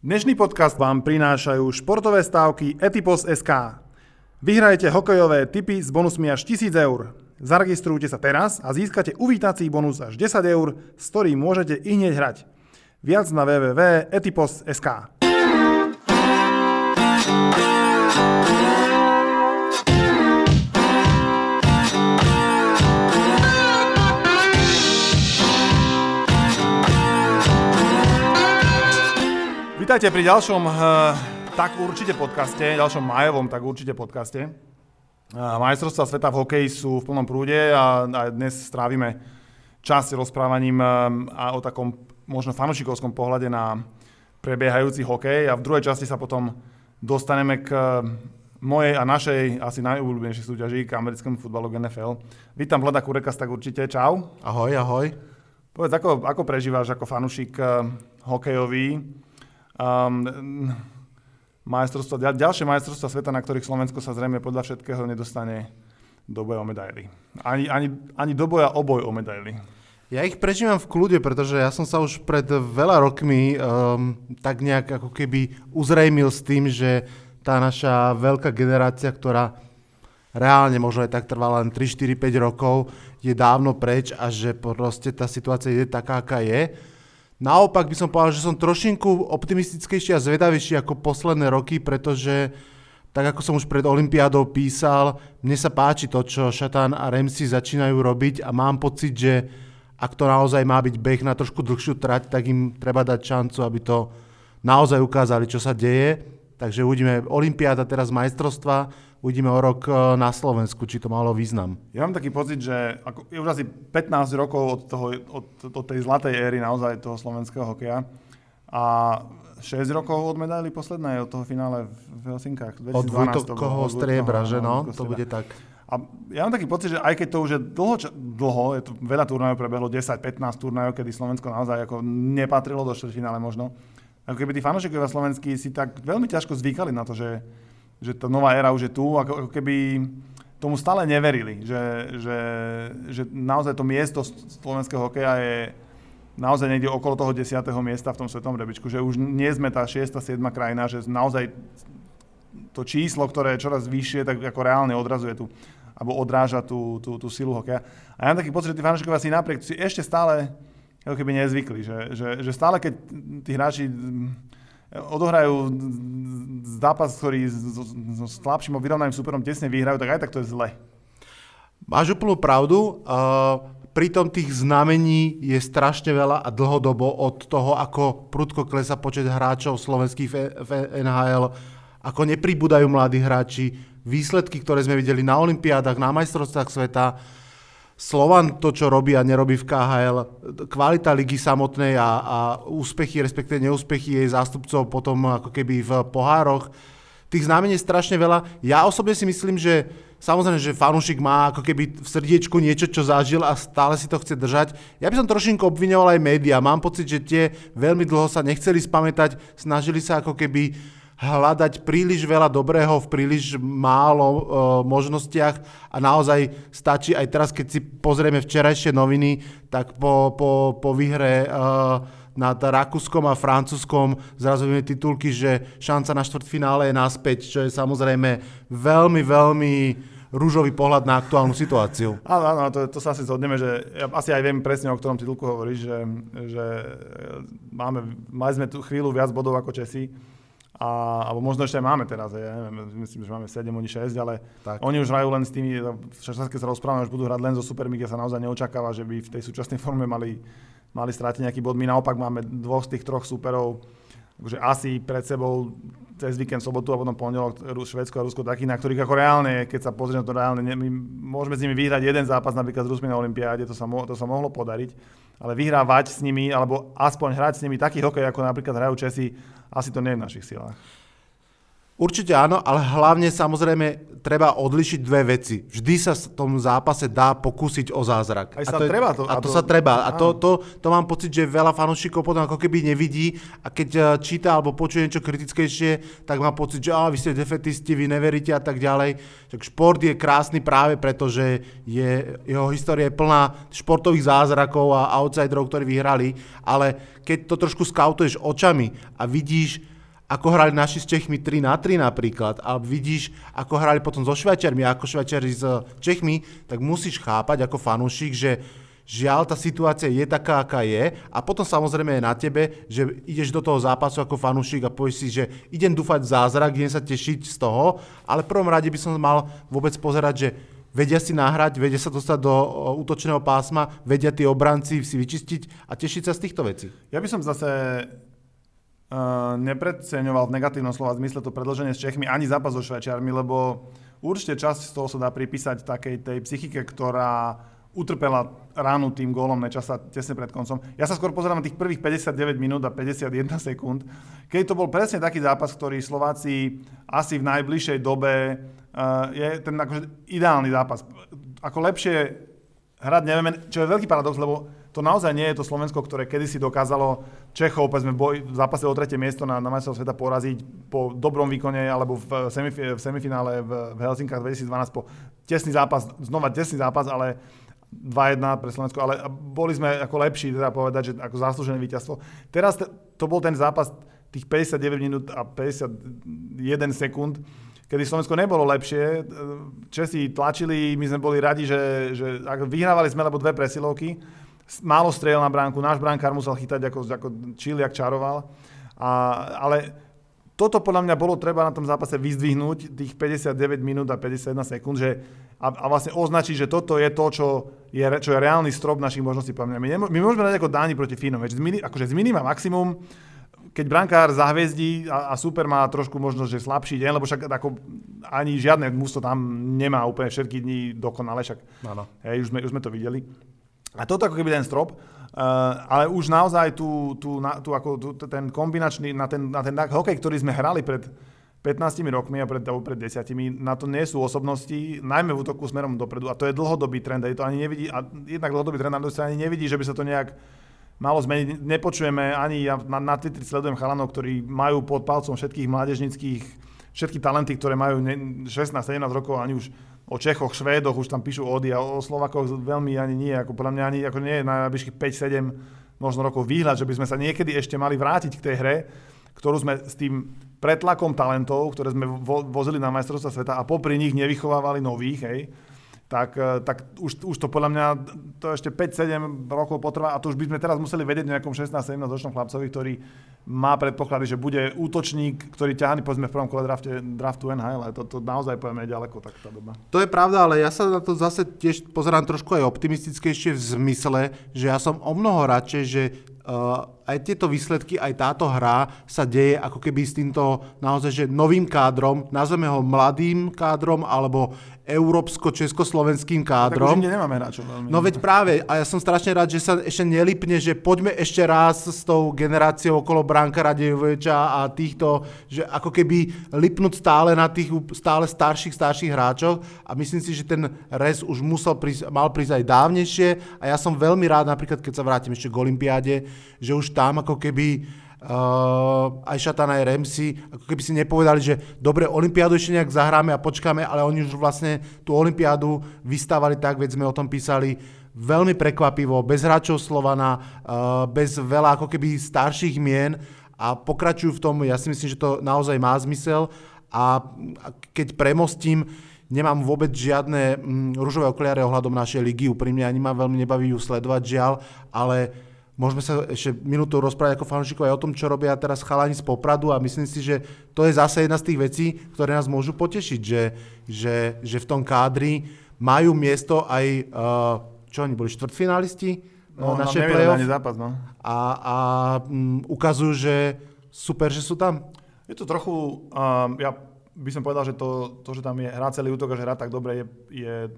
Dnešný podcast vám prinášajú športové stávky Etipos.sk. Vyhrajte hokejové tipy s bonusmi až 1000 eur. Zaregistrujte sa teraz a získate uvítací bonus až 10 eur, s ktorým môžete ihneď hrať. Viac na www.etipos.sk. Vítajte pri ďalšom tak určite podcaste, ďalšom májovom tak určite podcaste. Majstrovstvá sveta v hokeji sú v plnom prúde a dnes strávime časť rozprávaním o takom možno fanúšikovskom pohľade na prebiehajúci hokej a v druhej časti sa potom dostaneme k mojej a našej asi najobľúbenejšej súťaži, k americkému futbalu NFL. Vítam Vlada Kurekas, tak určite, čau. Ahoj, ahoj. Povedz, ako prežíváš ako fanúšik hokejový ďalšie majstrovstvá sveta, na ktorých Slovensko sa zrejme podľa všetkého nedostane do boja o medaily. Ani do boja o boj o medaily. Ja ich prežívam v kľude, pretože ja som sa už pred veľa rokmi tak nejak ako keby uzrejmil s tým, že tá naša veľká generácia, ktorá reálne možno aj tak trvala len 3, 4, 5 rokov, je dávno preč a že proste tá situácia je taká, aká je. Naopak by som povedal, že som trošinku optimistickejší a zvedavejší ako posledné roky, pretože tak ako som už pred olympiádou písal, mne sa páči to, čo Šatan a Ramsey začínajú robiť a mám pocit, že ak to naozaj má byť beh na trošku dlhšiu trať, tak im treba dať šancu, aby to naozaj ukázali, čo sa deje. Takže uvidíme olympiáda, teraz majstrovstva, uvidíme o rok na Slovensku, či to malo význam. Ja mám taký pocit, že je už asi 15 rokov od tej zlatej éry naozaj toho slovenského hokeja a 6 rokov od medaily poslednej, od toho finále v Helsinkách. Od Vujtovkoho striebra, že no? To bude tak. A ja mám taký pocit, že aj keď to už je dlho, je to veľa turnajov, prebehlo 10-15 turnajov, kedy Slovensko naozaj ako nepatrilo do štvrťfinále možno. Ako keby tí fanúšikovia slovenskí si tak veľmi ťažko zvykali na to, že tá nová éra už je tu, ako keby tomu stále neverili, že naozaj to miesto slovenského hokeja je naozaj niekde okolo toho 10. miesta v tom svetovom rebríčku, že už nie sme tá 6. 7. krajina, že naozaj to číslo, ktoré je čoraz vyššie, tak ako reálne odrazuje tu, alebo odráža tú silu hokeja. A ja mám taký pocit, že tí fanúšikovia si napriek si ešte stále ako keby nezvykli, že stále keď tí hráči odohrajú zápas, ktorý s slabším a vyrovnaným súperom tesne vyhrajú, tak aj tak to je zle. Máš úplnú pravdu. Pritom tých znamení je strašne veľa a dlhodobo od toho, ako prudko klesá počet hráčov slovenských v NHL, ako nepribúdajú mladí hráči, výsledky, ktoré sme videli na olympiádach, na majstrovstvách sveta, Slovan to, čo robí a nerobí v KHL, kvalita ligy samotnej a úspechy, respektíve neúspechy jej zástupcov potom ako keby v pohároch. Tých znamení je strašne veľa. Ja osobne si myslím, že samozrejme, že fanúšik má ako keby v srdiečku niečo, čo zažil a stále si to chce držať. Ja by som trošinku obviňoval aj médiá. Mám pocit, že tie veľmi dlho sa nechceli spamätať, snažili sa ako keby hľadať príliš veľa dobrého v príliš málo možnostiach a naozaj stačí aj teraz, keď si pozrieme včerajšie noviny, tak po výhre nad Rakúskom a Francúzskom zrazu vidíme titulky, že šanca na štvrťfinále je naspäť, čo je samozrejme veľmi, veľmi ružový pohľad na aktuálnu situáciu. Áno, to sa asi zhodneme, že ja asi aj viem presne, o ktorom titulku hovoríš, že mali sme tu chvíľu viac bodov ako Česi. Alebo možno ešte aj máme teraz, ja neviem, myslím, že máme 7, oni 6, ale tak. Oni už hrajú len s tými, keď sa rozprávame, už budú hrať len so supermi, kde sa naozaj neočakáva, že by v tej súčasnej forme mali strátiť nejaký bod. My naopak máme 2 z tých 3 superov, akože asi pred sebou cez víkend, sobotu a potom pondelok Švédsko a Rusko takých, na ktorých ako reálne, keď sa pozrieme to reálne, my môžeme s nimi vyhrať jeden zápas napríklad s Rusmi na olympiáde, to sa mohlo podariť, ale vyhrávať s nimi, alebo aspoň hrať s nimi taký hokej, ako napríklad hrajú Česi, asi to nie je v našich silách. Určite áno, ale hlavne samozrejme treba odlišiť dve veci. Vždy sa v tom zápase dá pokúsiť o zázrak. A to sa treba. A to mám pocit, že veľa fanúšikov potom ako keby nevidí a keď číta alebo počuje niečo kritickejšie, tak má pocit, že vy ste defetisti, vy neveríte a tak ďalej. Tak šport je krásny práve preto, že jeho história je plná športových zázrakov a outsiderov, ktorí vyhrali, ale keď to trošku skautuješ očami a vidíš ako hrali naši s Čechmi 3-3 napríklad a vidíš, ako hrali potom so Švajčiarmi a ako Švajčiari s Čechmi, tak musíš chápať ako fanúšik, že žiaľ, tá situácia je taká, aká je a potom samozrejme je na tebe, že ideš do toho zápasu ako fanúšik a povieš si, že idem dúfať v zázrak, idem sa tešiť z toho, ale v prvom rade by som mal vôbec pozerať, že vedia si nahrať, vedia sa dostať do útočného pásma, vedia tí obranci si vyčistiť a tešiť sa z týchto vecí. Ja by som zase nepredceňoval v negatívnom slova zmysle to predĺženie s Čechmi ani zápas so Švajčiarmi, lebo určite časť z toho sa dá pripísať takej tej psychike, ktorá utrpela ránu tým gólom Nečasa tesne pred koncom. Ja sa skôr pozerám na tých prvých 59 minút a 51 sekúnd, keď to bol presne taký zápas, ktorý Slováci asi v najbližšej dobe je ten akože ideálny zápas. Ako lepšie hrať nevieme, čo je veľký paradox, lebo to naozaj nie je to Slovensko, ktoré kedysi dokázalo Čechov, povedzme, v zápase o 3. miesto na majstrovstve sveta poraziť po dobrom výkone, alebo v semifinále v Helsinkách 2012 po tesný zápas, znova tesný zápas, ale 2-1 pre Slovensko, ale boli sme ako lepší, teda povedať, že ako zaslúžené víťazstvo. Teraz to bol ten zápas tých 59 minút a 51 sekúnd, kedy Slovensko nebolo lepšie. Česi tlačili, my sme boli radi, že vyhrávali sme, lebo 2 presilovky. Málo strieľ na bránku, náš brankár musel chytať ako čili, jak čaroval. Ale toto podľa mňa bolo treba na tom zápase vyzdvihnúť, tých 59 minút a 51 sekúnd, a vlastne označiť, že toto je to, čo je reálny strop našich možností. My môžeme dať ako Dáni proti Fínom, akože z minima maximum, keď brankár zahviezdí a super má trošku možnosť, že slabší deň, lebo však ako ani žiadne mužstvo tam nemá úplne všetky dni dokonale, však už sme to videli. A toto ako keby ten strop, ale už naozaj ten kombinačný, na ten hokej, ktorý sme hrali pred 15 rokmi a pred 10, na to nie sú osobnosti, najmä v útoku smerom dopredu, a to je dlhodobý trend, to ani nevidí, a jednak dlhodobý trend sa ani nevidí, že by sa to nejak malo zmeniť. Nepočujeme ani, ja na Twitteri sledujem chalanov, ktorí majú pod palcom všetkých mládežnických, všetky talenty, ktoré majú 16-17 rokov, ani už o Čechoch, Švédoch už tam píšu ódy, a o Slovákoch veľmi ani nie, ako podľa mňa ani ako nie je na najbližších 5-7 možno rokov výhľad, že by sme sa niekedy ešte mali vrátiť k tej hre, ktorú sme s tým pretlakom talentov, ktoré sme vozili na majstrovstvá sveta a popri nich nevychovávali nových, hej, tak už to podľa mňa to ešte 5-7 rokov potrvá, a to už by sme teraz museli vedieť nejakom 16-17 ročnom chlapcovi, ktorý má predpoklady, že bude útočník, ktorý ťahne povedzme v prvom kole draftu NHL, ale to naozaj povieme ďaleko, tak tá doba. To je pravda, ale ja sa na to zase tiež pozerám trošku aj optimistickejšie v zmysle, že ja som o mnoho radšej, že aj tieto výsledky, aj táto hra sa deje ako keby s týmto naozaj že novým kádrom, nazveme ho mladým kádrom alebo európsko-československým kádrom. Tak už nemáme hráčov veľmi. No veď práve, a ja som strašne rád, že sa ešte nelipne, že poďme ešte raz s tou generáciou okolo Branka Radejoviča a týchto, že ako keby lipnúť stále na tých stále starších hráčov, a myslím si, že ten rez už mal prísť aj dávnejšie, a ja som veľmi rád, napríklad keď sa vrátim ešte k olympiáde, že už tam ako keby aj Šatan, aj Ramsey, ako keby si nepovedali, že dobre, olympiádu ešte nejak zahráme a počkáme, ale oni už vlastne tú olympiádu vystávali tak, veď sme o tom písali, veľmi prekvapivo, bez hráčov Slovana, bez veľa ako keby starších mien, a pokračujú v tom. Ja si myslím, že to naozaj má zmysel, a keď premostím, nemám vôbec žiadne ružové okuliare ohľadom našej ligy, úprimne ani ma veľmi nebaví ju sledovať, žiaľ, ale môžeme sa ešte minútu rozprávať ako fanúšikov aj o tom, čo robia teraz chalani z Popradu, a myslím si, že to je zase jedna z tých vecí, ktoré nás môžu potešiť, že v tom kádri majú miesto aj, čo oni boli, štvrtfinalisti našej play-off zápas, no. A ukazujú, že super, že sú tam. Je to trochu, ja by som povedal, že to, že tam je hrá celý útok a že hrá tak dobre, je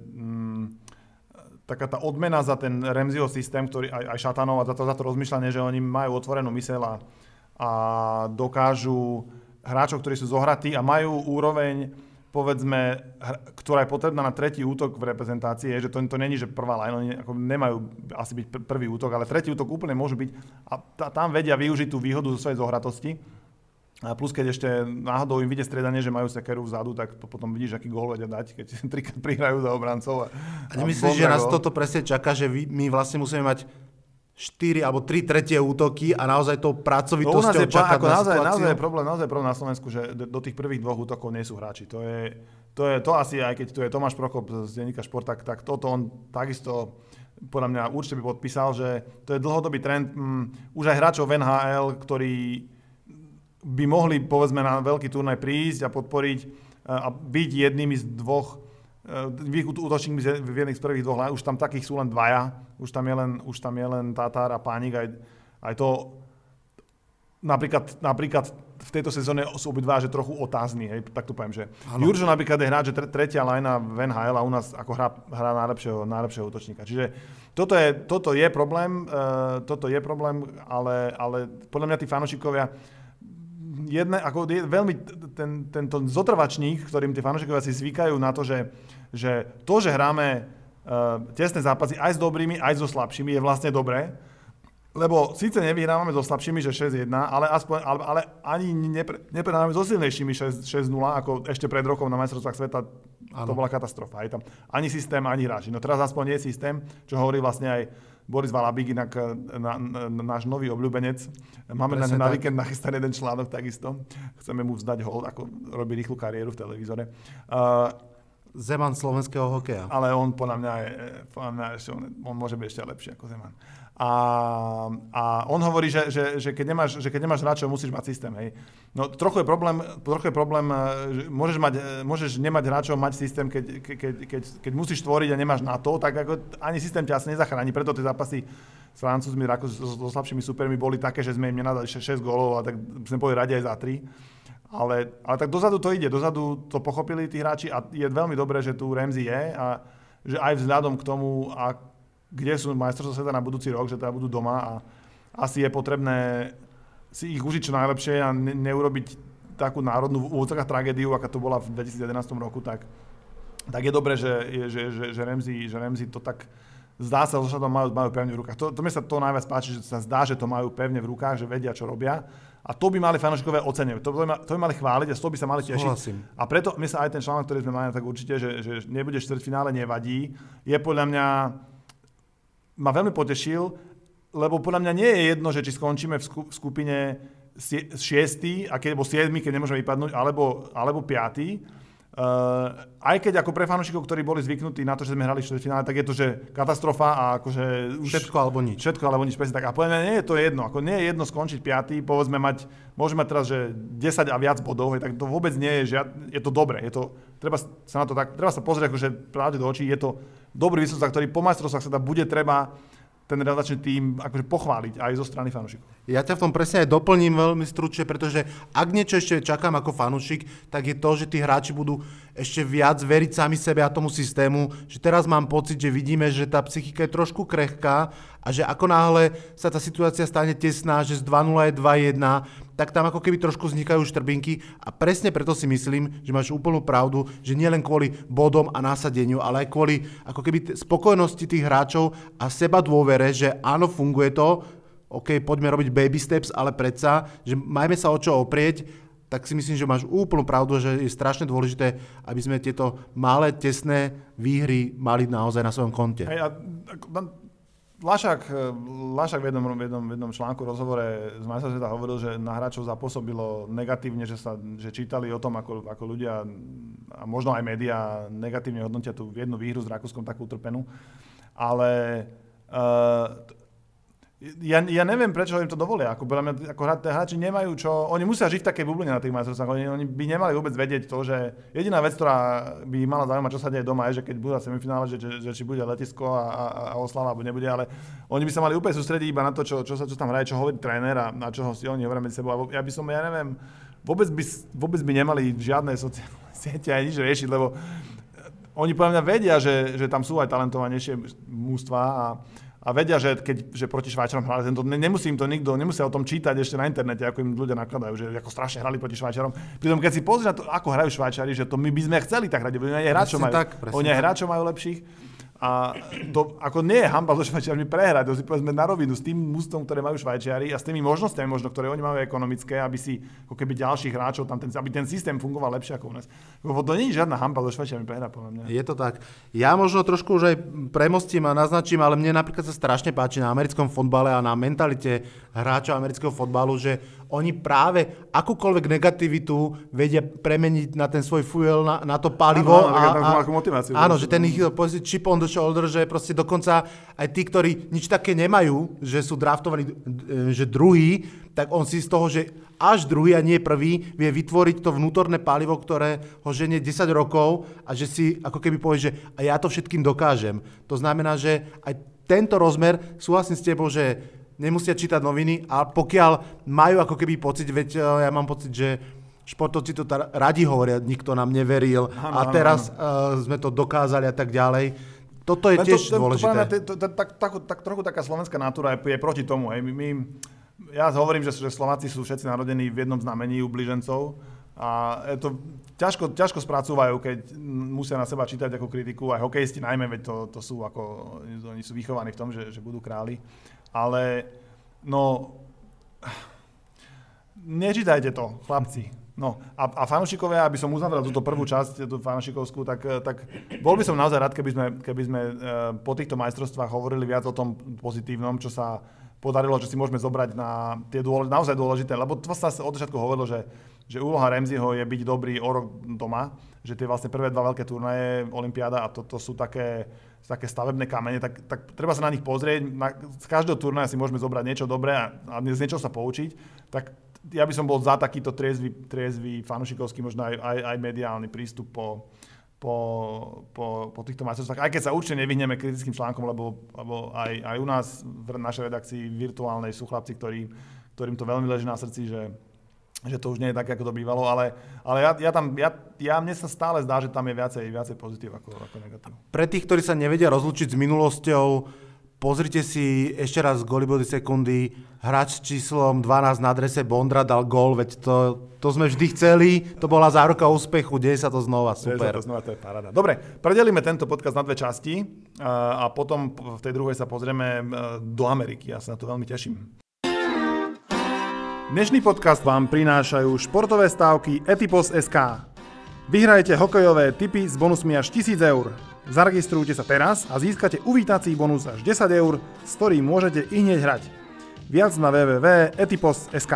taká tá odmena za ten Ramseyho systém, ktorý aj Šatanov, a za to rozmýšľanie, že oni majú otvorenú myseľ a dokážu hráčov, ktorí sú zohratí a majú úroveň, povedzme, ktorá je potrebná na tretí útok v reprezentácii, že to není, že prvá line, oni ako nemajú asi byť prvý útok, ale tretí útok úplne môže byť, a tam vedia využiť tú výhodu zo svojej zohratosti. A plus, keď ešte náhodou im vyjde striedanie, že majú sekeru vzadu, tak potom vidíš, aký gól vedia dať, keď trikrát prihrajú za obrancov. A nemyslíš, že nás toto presne čaká, že my vlastne musíme mať 4 alebo 3 tretie útoky a naozaj tou pracovitosťou čakať na situáciu. Naozaj je problém na Slovensku, že do tých prvých 2 útokov nie sú hráči. To je asi, aj keď tu je Tomáš Prokop z denníka Šport, tak toto on takisto podľa mňa určite by podpísal, že to je dlhodobý trend. Už aj hráčov v NHL, ktorí by mohli, povedzme, na veľký turnaj prísť a podporiť a byť jednými z 2 útočníkmi v jedných z prvých 2, už tam takých sú len 2, už tam je len Tatár a Pánik, aj to napríklad v tejto sezóne sú obidva, že trochu otázni, hej, tak to poviem, že Jurčo napríklad je hráč, že tretia lajna v NHL a u nás ako hrá najlepšieho útočníka. Čiže toto je problém, ale podľa mňa tí fanúšikovia veľmi tento zotrvačník, ktorým tí fanúšikovia si zvykajú na to, že hráme tesné zápasy aj s dobrými, aj so slabšími, je vlastne dobré. Lebo síce nevyhrávame so slabšími, že 6-1, ale ani neprehrávame so silnejšími 6-0, ako ešte pred rokom na majstrovstvách sveta. To bola katastrofa. Aj tam ani systém, ani hráči. No teraz aspoň nie je systém, čo hovorí vlastne aj Boris Valabík, inak náš nový obľúbenec. Máme na víkend nachystaný jeden článok takisto. Chceme mu vzdať hold, ako robí rýchlu kariéru v televízore. Zeman slovenského hokeja. Ale on podľa mňa on môže byť ešte lepší ako Zeman. A on hovorí, že keď nemáš hráčov, musíš mať systém. Hej. No trochu je problém, že môžeš nemať hráčov, mať systém, keď musíš tvoriť a nemáš na to, tak ako ani systém ťa asi nezachráni. Preto tie zápasy s Francúzmi, so slabšími supermi boli také, že sme im nenadali 6 gólov a tak sme boli radi aj za 3. Ale tak dozadu to ide, dozadu to pochopili tí hráči a je veľmi dobré, že tu Ramsey je a že aj vzhľadom k tomu, kde sú majstrovstvá sveta na budúci rok, že teda budú doma a asi je potrebné si ich užiť čo najlepšie a neurobiť takú národnú tragédiu, aká to bola v 2011 roku, tak je dobré, že Ramsey to tak zdá sa, že to majú pevne v rukách. To mi sa to najviac páči, že sa zdá, že to majú pevne v rukách, že vedia, čo robia. A to by mali fanúšikovia oceňovať. To by mali chváliť a z toho by sa mali tešiť. Súhlasím. A preto my sa aj ten článok, ktorý sme mali, tak určite, že nebude štvrťfinále, nevadí. Je podľa mňa ma veľmi potešil, lebo podľa mňa nie je jedno, že či skončíme v skupine 6. alebo 7, keď nemôžeme vypadnúť, alebo 5. Aj keď ako pre fanúšikov, ktorí boli zvyknutí na to, že sme hrali v štvrťfinále, tak je to, že katastrofa a akože už všetko alebo nič, presne tak. A podľa mňa nie je to jedno. Ako nie je jedno skončiť 5. Povedzme môžeme mať teraz, že 10 a viac bodov, tak to vôbec nie je, je to dobré. Treba sa pozrieť akože pravde do očí, je to dobrý výsledok, za ktorý po majstrovstvách sa bude treba ten realizačný tím akože pochváliť aj zo strany fanúšikov. Ja ťa v tom presne aj doplním veľmi stručne, pretože ak niečo ešte čakám ako fanúšik, tak je to, že tí hráči budú ešte viac veriť sami sebe a tomu systému, že teraz mám pocit, že vidíme, že tá psychika je trošku krehká a že ako náhle sa tá situácia stane tesná, že z 2-0 je 2-1, tak tam ako keby trošku vznikajú štrbinky a presne preto si myslím, že máš úplnú pravdu, že nie len kvôli bodom a nasadeniu, ale aj kvôli ako keby spokojnosti tých hráčov a seba dôvere, že áno, funguje to, OK, poďme robiť baby steps, ale predsa, že majme sa o čo oprieť, tak si myslím, že máš úplnú pravdu, že je strašne dôležité, aby sme tieto malé, tesné výhry mali naozaj na svojom konte. Lašák v jednom článku rozhovore z majstra sveta hovoril, že na hráčov zapôsobilo negatívne, že čítali o tom, ako ľudia a možno aj médiá negatívne hodnotia tú jednu výhru s Rakúskom takú utrpenú. Ale ja neviem, prečo im to dovolia. Ako hráči nemajú čo... Oni musia žiť v takej bubline na tých majstrovstvách. Oni by nemali vôbec vedieť to, že jediná vec, ktorá by mala zaujímať, čo sa deje doma, je, že keď budú v semifinále, že či bude letisko a oslava, alebo nebude, ale oni by sa mali úplne sústrediť iba na to, čo tam hraje, čo hovorí tréner a na čo si oni hovoria medzi sebou. Ja neviem, vôbec by nemali žiadne sociálne siete aj nič riešiť, lebo oni podľa mňa vedia, že tam sú aj talentovanejšie mužstvá a vedia, že proti Švajčarom hrali tento, nemusia o tom čítať ešte na internete, ako im ľudia nakladajú, že ako strašne hrali proti Švajčarom. Pritom keď si pozrieš na to, ako hrajú Švajčari, že to my by sme chceli tak hrať, oni aj hráčov majú lepších. A to ako nie je hanba so Švajčiarmi prehrať, to si povedzme na rovinu s tým mužstvom, ktoré majú Švajčiari a s tými možnosťami možno, ktoré oni majú ekonomické, aby si ako keby ďalších hráčov tam aby ten systém fungoval lepšie ako u nás. To nie je žiadna hanba so Švajčiarmi prehrať, podľa mňa. Je to tak. Ja možno trošku už aj premostím a naznačím, ale mne napríklad sa strašne páči na americkom fotbale a na mentalite hráčov amerického fotbalu, že oni práve akúkoľvek negativitu vedia premeniť na ten svoj fuel, na to palivo. Áno, že ten ich chip on the shoulder, že proste dokonca aj tí, ktorí nič také nemajú, že sú draftovaní, že druhý, tak on si z toho, že až druhý a nie prvý, vie vytvoriť to vnútorné palivo, ktoré ho ženie 10 rokov a že si ako keby povie, že a ja to všetkým dokážem. To znamená, že aj tento rozmer, súhlasím s tebou, že nemusia čítať noviny a pokiaľ majú ako keby pocit, veď ja mám pocit, že športovci to radi hovoria, nikto nám neveril a teraz sme to dokázali a tak ďalej. Toto je tiež dôležité. Tak trochu taká slovenská natúra je proti tomu. Ja hovorím, že Slováci sú všetci narodení v jednom znamení u blížencov a to ťažko spracúvajú, keď musia na seba čítať ako kritiku, aj hokejisti najmä, veď to sú ako, oni sú vychovaní v tom, že budú králi. Ale, no, nečítajte to, chlapci. No, a fanúšikovia, aby som uzavrel túto prvú časť, tú fanúšikovskú, tak bol by som naozaj rád, keby sme po týchto majstrovstvách hovorili viac o tom pozitívnom, čo sa podarilo, že si môžeme zobrať na tie naozaj dôležité, lebo to sa od začiatku hovorilo, že úloha Ramseyho je byť dobrý o rok doma, že tie vlastne prvé dva veľké turnaje, olympiáda a to sú také stavebné kamene, tak treba sa na nich pozrieť. Z každého turnaja si môžeme zobrať niečo dobré a z niečo sa poučiť. Tak ja by som bol za takýto triezvy fanúšikovský, možno aj mediálny prístup po týchto majstrovstvách. Aj keď sa určite nevyhneme kritickým článkom, lebo aj u nás v našej redakcii virtuálnej sú chlapci, ktorým to veľmi leží na srdci, že to už nie je také, ako to bývalo, ale mne sa stále zdá, že tam je viacej pozitív ako negatív. Pre tých, ktorí sa nevedia rozlúčiť s minulosťou, pozrite si ešte raz Golibody sekundy, hráč s číslom 12 na drese Bondra dal gól, veď to sme vždy chceli, to bola záruka úspechu, deje sa to znova, super. To je paráda. Dobre, predelíme tento podcast na dve časti a potom v tej druhej sa pozrieme do Ameriky, ja sa na to veľmi teším. Dnešný podcast vám prinášajú športové stávky Etipos.sk. Vyhrajte hokejové tipy s bonusmi až 1000 eur. Zaregistrujte sa teraz a získate uvítací bonus až 10 eur, s ktorým môžete i hneď hrať. Viac na www.etipos.sk.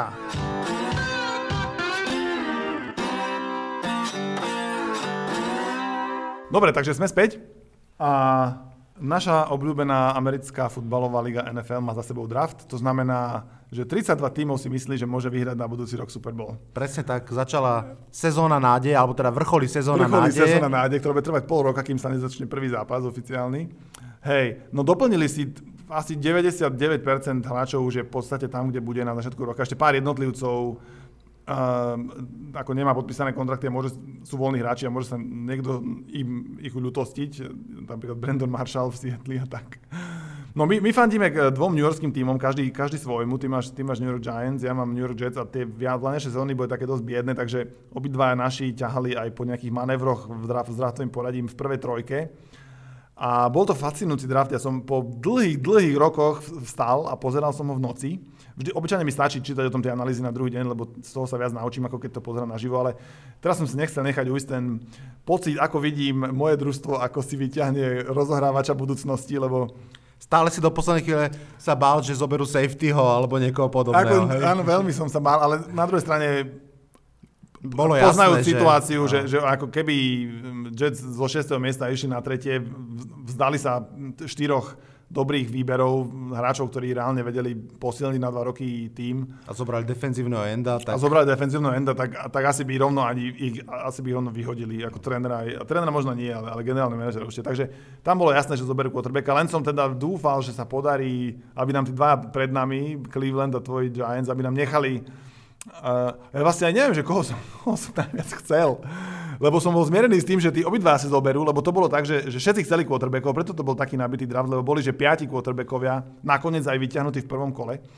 Dobre, takže sme späť a naša obľúbená americká futbalová liga NFL má za sebou draft. To znamená, že 32 tímov si myslí, že môže vyhrať na budúci rok Super Bowl. Presne tak, začala sezóna nádeje, alebo teda vrcholí sezóna nádeje, ktorá bude trvať pol roka, kým sa nezačne prvý zápas oficiálny. Hej, no doplnili si asi 99% hráčov už je v podstate tam, kde bude na začiatku roka. Ešte pár jednotlivcov ako nemá podpísané kontrakty a sú voľní hráči a môže sa niekto ich ľutostiť, napríklad Brandon Marshall v Seattle a tak. No my fandíme k dvom newyorským tímom, každý svojmu. Ty máš New York Giants, ja mám New York Jets a tie vládnejšie sezóny boli také dosť biedne, takže obidvaja naši ťahali aj po nejakých manévroch s draftovým poradím v prvej trojke. A bol to fascinujúci draft, ja som po dlhých rokoch vstal a pozeral som ho v noci. Obyčajne mi stačí čítať o tom tie analýzy na druhý deň, lebo z toho sa viac naučím, ako keď to pozerám naživo, ale teraz som si nechcel nechať ujsť ten pocit, ako vidím moje družstvo, ako si vyťahne rozohrávača budúcnosti, lebo stále si do poslednej chvíle sa bál, že zoberú safetyho alebo niekoho podobného. Áno, veľmi som sa bál, ale na druhej strane bolo poznajú jasné, situáciu, že ako keby Jets zo 6. miesta išli na 3., vzdali sa 4 dobrých výberov hráčov, ktorí reálne vedeli posilniť na 2 roky tím. A zobrali defenzívneho enda. Tak asi by rovno vyhodili ako trénera. Trénera možno nie, ale generálny manažer určite. Takže tam bolo jasné, že zoberú quarterbacka. Len som teda dúfal, že sa podarí, aby nám tí dva pred nami, Cleveland a tvoji Giants, aby nám nechali. Ja vlastne aj neviem, že koho som najviac chcel. Lebo som bol zmierený s tým, že tí obidva si zoberú, lebo to bolo tak, že všetci chceli quarterbackov, preto to bol taký nabitý draft, lebo boli, že 5 quarterbackovia nakoniec aj vyťahnutí v prvom kole.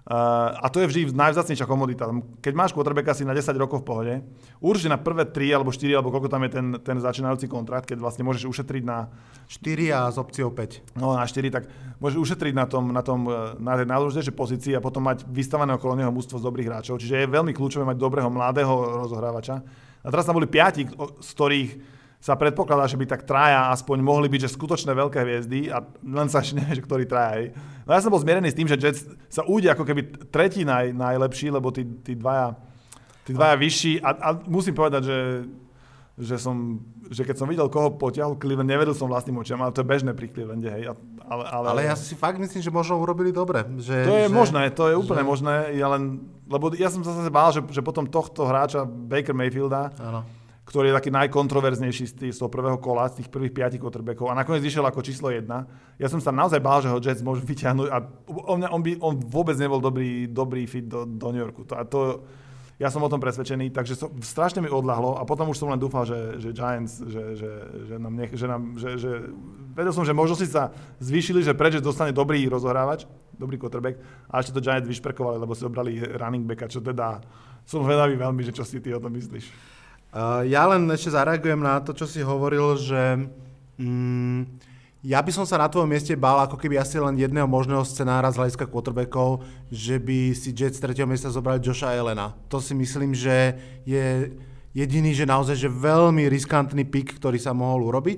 A to je vždy najvzácnejšia komodita. Keď máš quarterbacka si na 10 rokov v pohode, určite na prvé 3 alebo 4, alebo koľko tam je ten začínajúci kontrakt, keď vlastne môžeš ušetriť na 4 a s opciou 5. No na 4, tak môžeš ušetriť na tej najdôležitejšej pozícii a potom mať vystavané okolo neho mužstvo z dobrých hráčov. Čiže je veľmi kľúčové mať dobrého mladého rozohrávača. A teraz tam boli 5, z ktorých sa predpokladá, že by tak traja aspoň mohli byť, že skutočné veľké hviezdy a len sa ešte nevie, že ktorí traja. Hej. No ja som bol zmierený s tým, že Jets sa ujde ako keby tretí najlepší, lebo tí dvaja vyšší a musím povedať, že keď som videl, koho potiahol Cleveland, nevedel som vlastným očiam, ale to je bežné pri Clevelande. Hej. Ale ja si fakt myslím, že možno urobili dobre. Možné, to je úplne možné, lebo ja som sa zase bál, že potom tohto hráča Baker Mayfielda, áno, ktorý je taký najkontroverznejší z toho prvého kola, z tých prvých 5 quarterbackov a nakoniec išiel ako číslo 1. Ja som sa naozaj bál, že ho Jets môžu vyťahnuť a on vôbec nebol dobrý fit do New Yorku. Ja som o tom presvedčený, takže strašne mi odľahlo a potom už som len dúfal, že Giants, že vedel som, že možno si sa zvýšili, že pre Jets dostane dobrý rozohrávač, dobrý quarterback a ešte to Giants vyšperkovali, lebo si obrali running backa, čo teda som vedavý veľmi, že čo si ty o tom myslíš. Ja len ešte zareagujem na to, čo si hovoril, že ja by som sa na tvojom mieste bál ako keby asi len jedného možného scenára z hľadiska quarterbackov, že by si Jets z 3. miesta zobrali Josha Allena. To si myslím, že je jediný, že naozaj že veľmi riskantný pick, ktorý sa mohol urobiť.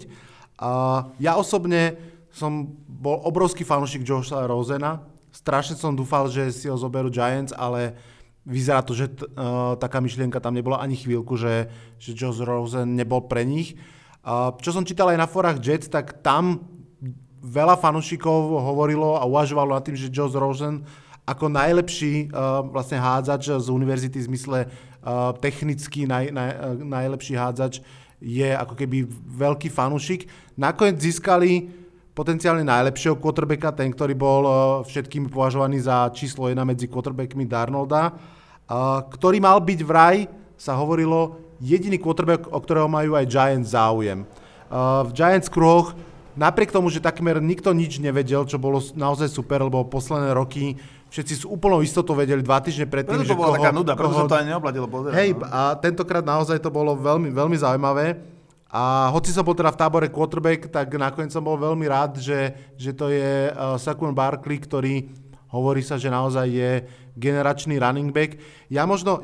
Ja osobne som bol obrovský fanúšik Josha Rosena. Strašne som dúfal, že si ho zoberú Giants, ale vyzerá to, že taká myšlienka tam nebola ani chvíľku, že Josh Rosen nebol pre nich. Čo som čítal aj na forách Jets, tak tam veľa fanúšikov hovorilo a uvažovalo nad tým, že Josh Rosen ako najlepší vlastne hádzač z univerzity v zmysle technicky najlepší hádzač je ako keby veľký fanúšik. Nakoniec získali potenciálne najlepšieho quarterbacka, ten, ktorý bol všetkými považovaný za číslo 1 medzi quarterbackmi Darnolda, ktorý mal byť vraj, sa hovorilo, jediný quarterback, o ktorého majú aj Giants záujem. V Giants kruhoch, napriek tomu, že takmer nikto nič nevedel, čo bolo naozaj super, lebo posledné roky všetci s úplnou istotou vedeli 2 týždne predtým, že to bola taká nuda, pretože to aj neobladilo. Hej, a tentokrát naozaj to bolo veľmi, veľmi zaujímavé. A hoci som bol teda v tábore quarterback, tak nakoniec som bol veľmi rád, že to je Saquon Barkley, ktorý hovorí sa, že naozaj je generačný running back. Ja možno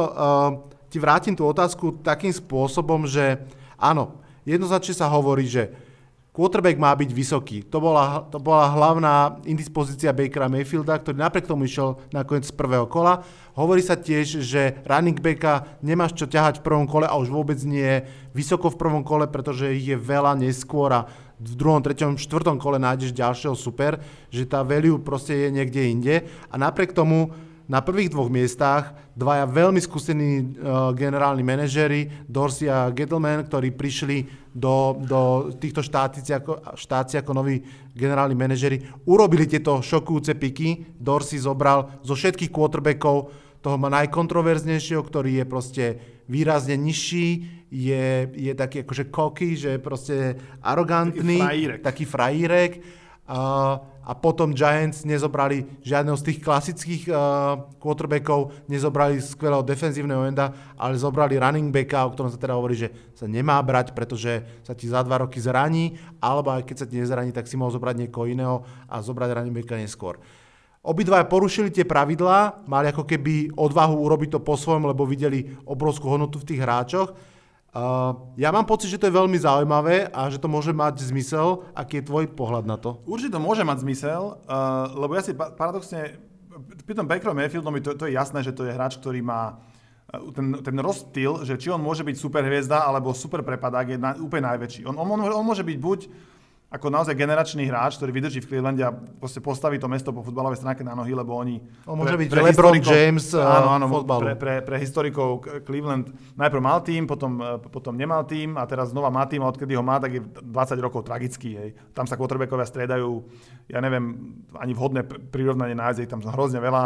ti vrátim tú otázku takým spôsobom, že áno, jednoznačne sa hovorí, že quarterback má byť vysoký. To bola hlavná indispozícia Bakera Mayfielda, ktorý napriek tomu išiel nakoniec z prvého kola. Hovorí sa tiež, že running backa nemáš čo ťahať v prvom kole a už vôbec nie vysoko v prvom kole, pretože ich je veľa neskôr a v 2., 3., 4. kole nájdeš ďalšieho super, že tá value proste je niekde inde. A napriek tomu na prvých 2 miestach 2 veľmi skúsení generálni manažéri, Dorsey a Gettleman, ktorí prišli do týchto štácií ako noví generálni manažéri, urobili tieto šokujúce piky. Dorsey zobral zo všetkých quarterbackov toho najkontroverznejšieho, ktorý je proste výrazne nižší, je taký akože cocky, že je proste arogantný, taký frajírek. A potom Giants nezobrali žiadneho z tých klasických quarterbackov, nezobrali skvelého defenzívneho enda, ale zobrali running backa, o ktorom sa teda hovorí, že sa nemá brať, pretože sa ti za 2 roky zraní, alebo aj keď sa ti nezraní, tak si mohol zobrať niekoho iného a zobrať running backa neskôr. Obidva porušili tie pravidlá, mali ako keby odvahu urobiť to po svojom, lebo videli obrovskú hodnotu v tých hráčoch. Ja mám pocit, že to je veľmi zaujímavé a že to môže mať zmysel. Aký je tvoj pohľad na to? Určite to môže mať zmysel, lebo ja si paradoxne, pri tom Bakerom Mayfieldovi to je jasné, že to je hráč, ktorý má ten rozptyl, že či on môže byť super hviezda alebo super prepadák je úplne najväčší. On môže byť buď ako naozaj generačný hráč, ktorý vydrží v Clevelande a postaví to mesto po futbalovej stránke na nohy, lebo oni... On môže byť LeBron James futbalu. Pre historikov Cleveland najprv mal tým, potom nemal tým a teraz znova má tým a odkedy ho má, tak je 20 rokov tragický. Hej. Tam sa quarterbackovia striedajú, ja neviem, ani vhodné prirovnanie nájsť, ich tam hrozne veľa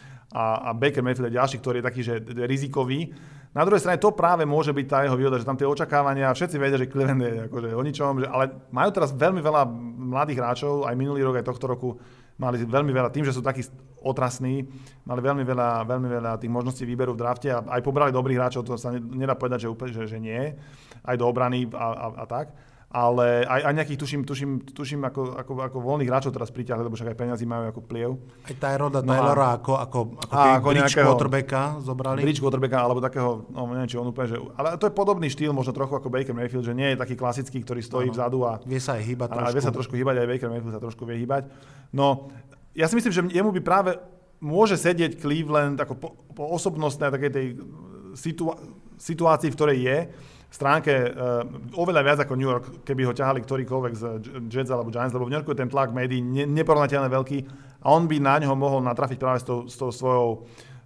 a Baker Mayfield je ďalší, ktorý je taký, že rizikový. Na druhej strane to práve môže byť tá jeho výhoda, že tam tie očakávania, všetci vedia, že Cleveland je akože o ničom, ale majú teraz veľmi veľa mladých hráčov, aj minulý rok, aj tohto roku mali veľmi veľa tým, že sú takí otrasný. Mali veľmi veľa tých možností výberu v drafte a aj pobrali dobrých hráčov, to sa nedá povedať, že úplne, že nie. Aj do obrany a tak. Ale aj nejakých, tuším ako voľných hráčov teraz priťahli, lebo však aj peniazy majú ako pliev. Aj Tyroda Taylora ako bridge quarterbacka zobrali. Bridge quarterbacka, alebo takého, neviem, či on úplne, že... Ale to je podobný štýl, možno trochu ako Baker Mayfield, že nie je taký klasický, ktorý stojí vzadu a... Vie sa aj hýbať trošku. A vie sa trošku hýbať, aj Baker Mayfield sa trošku vie hýbať. No, ja si myslím, že jemu by práve môže sedieť Cleveland ako po osobnostnej takej tej situácii, v ktorej je, stránke oveľa viac ako New York, keby ho ťahali ktorýkoľvek z Jets alebo Giants, lebo v New Yorku je ten tlak médií neporovnateľne veľký a on by na neho mohol natrafiť práve s tou svojou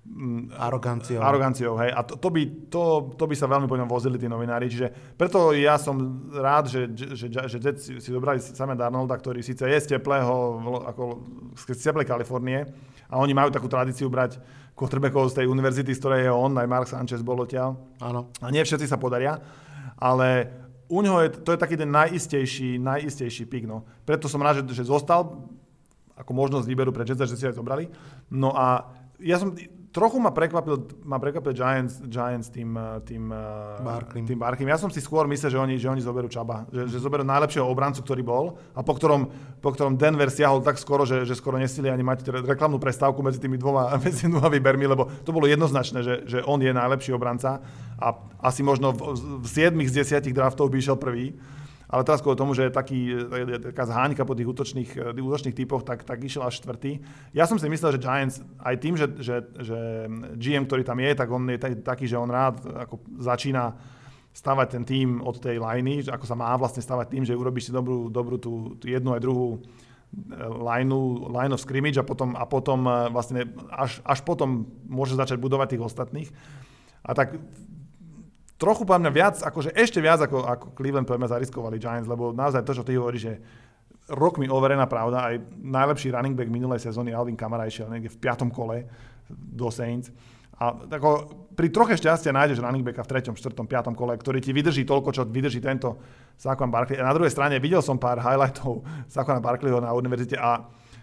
aroganciou, hej. A to by sa veľmi po ňom vozili tí novinári, čiže preto ja som rád, že Jets si dobrali Sama Darnolda, ktorý síce je z teplej Kalifornie a oni majú takú tradíciu brať quarterbackov z tej univerzity, z ktorej je on, aj Mark Sanchez bol odtiaľ. Áno. A nie všetci sa podaria, ale u ňoho to je taký ten najistejší pick, no. Preto som rád, že zostal ako možnosť výberu pre Jets, že si aj zobrali. No a ja som... Trochu ma prekvapil Giants tým Barklym. Ja som si skôr myslel, že oni zoberú Chuba. Že zoberú najlepšieho obrancu, ktorý bol a po ktorom Denver siahol tak skoro, že skoro nestihli ani mať reklamnú prestávku medzi tými dvoma výbermi, lebo to bolo jednoznačné, že on je najlepší obranca a asi možno v 7 z 10 draftov by išiel prvý. Ale teraz kvôli tomu, že je taká zháňka po tých útočných typoch, tak išiel až štvrtý. Ja som si myslel, že Giants aj tým, že GM, ktorý tam je, tak on je taký, že on rád ako začína stavať ten tým od tej liney, ako sa má vlastne stavať tým, že urobíš si dobrú tú jednu aj druhú line of scrimmage a potom vlastne až potom môže začať budovať tých ostatných. A tak trochu po mňa ešte viac ako Cleveland po mňa zariskovali Giants, lebo naozaj to, čo ty hovoríš, že rokmi overená pravda, aj najlepší running back minulej sezóny Alvin Kamara išiel niekde v 5. kole do Saints. A tako, pri troche šťastia nájdeš running backa v 3., 4., 5. kole, ktorý ti vydrží toľko, čo vydrží tento Saquon Barkley. A na druhej strane videl som pár highlightov Saquona Barkleyho na univerzite a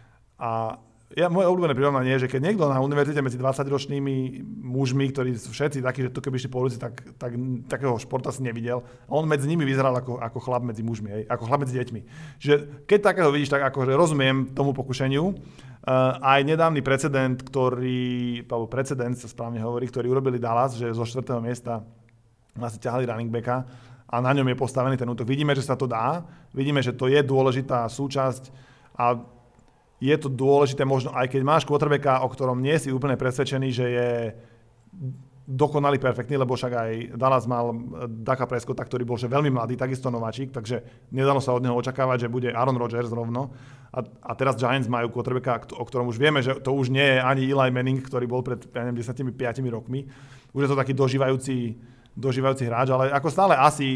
moje obľúbené prirovnanie je, že keď niekto na univerzite medzi 20-ročnými mužmi, ktorí sú všetci takí, že to keby išli po ulici, tak takého športa si nevidel. A on medzi nimi vyzeral ako chlap medzi mužmi, hej, ako chlap medzi deťmi. Čiže keď takého vidíš, tak akože rozumiem tomu pokušeniu. Aj nedávny precedent sa správne hovorí, ktorý urobili Dallas, že zo 4. miesta vlastne ťahali running backa a na ňom je postavený ten útok. Vidíme, že sa to dá, vidíme, že to je dôležitá súčasť a je to dôležité možno, aj keď máš quarterbacka, o ktorom nie si úplne presvedčený, že je dokonalý, perfektný, lebo však aj Dallas mal Daka Prescotta, ktorý bol že veľmi mladý, takisto nováčik, takže nedalo sa od neho očakávať, že bude Aaron Rodgers rovno. A teraz Giants majú quarterbacka, o ktorom už vieme, že to už nie je ani Eli Manning, ktorý bol pred 15 rokmi. Už je to taký dožívajúci hráč, ale ako stále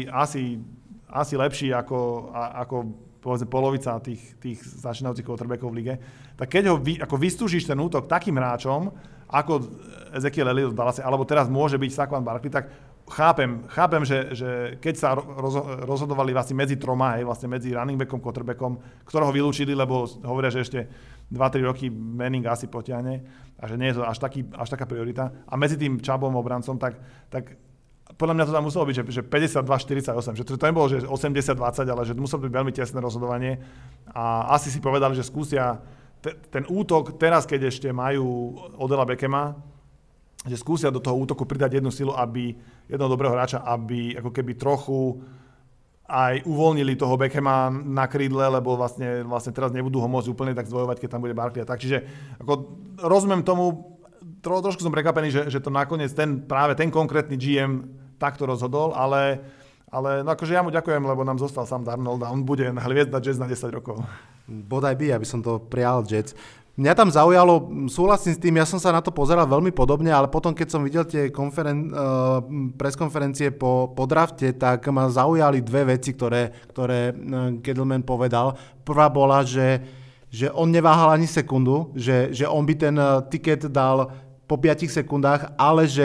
asi lepší ako povedzme polovica tých začínajúcich quarterbackov v lige, tak keď ho ako vystúžiš ten útok takým hráčom, ako Ezekiel Elliott v Dallase, alebo teraz môže byť Saquon Barkley, tak chápem, že keď sa rozhodovali vlastne medzi troma, vlastne medzi running backom, quarterbackom, ktorého vylúčili, lebo hovoria, že ešte 2-3 roky Manning asi potiahne a že nie je to až taká priorita. A medzi tým Chubbom obrancom, tak podľa mňa to tam muselo byť, že 52-48, že to nebolo, že 80-20, ale že to muselo byť veľmi tesné rozhodovanie a asi si povedali, že skúsia ten útok, teraz keď ešte majú Odella Beckhama, že skúsia do toho útoku pridať jednu silu, jedného dobrého hráča, aby ako keby trochu aj uvoľnili toho Beckhama na krídle, lebo vlastne teraz nebudú ho môcť úplne tak zdvojovať, keď tam bude Barkley a tak. Čiže ako rozumiem tomu, trošku som prekvapený, že to nakoniec práve ten konkrétny GM takto rozhodol, ale no akože ja mu ďakujem, lebo nám zostal Sam Darnold a on bude hviezda Jets na 10 rokov. Bodaj by, aby som to prijal Jets. Mňa tam zaujalo, súhlasím s tým, ja som sa na to pozeral veľmi podobne, ale potom, keď som videl tie preskonferencie po drafte, tak ma zaujali dve veci, ktoré Gettleman povedal. Prvá bola, že on neváhal ani sekundu, že on by ten tiket dal po 5 sekundách, ale že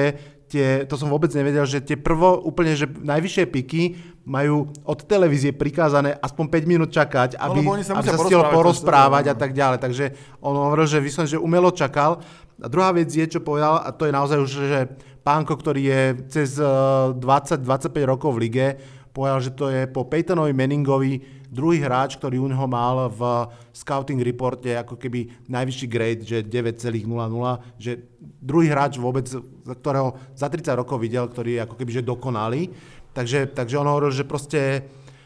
to som vôbec nevedel, že tie úplne, že najvyššie piky majú od televízie prikázané aspoň 5 minút čakať, aby sa stihol porozprávať a tak ďalej. Takže on hovoril, že vyslovene, že umelo čakal. A druhá vec je, čo povedal, a to je naozaj už, že pánko, ktorý je cez 20-25 rokov v lige, povedal, že to je po Peytonovi Manningovi druhý hráč, ktorý u neho mal v scouting reporte ako keby najvyšší grade, že 9,00, že druhý hráč vôbec, ktorého za 30 rokov videl, ktorý je ako keby že dokonalý. Takže on hovoril, že proste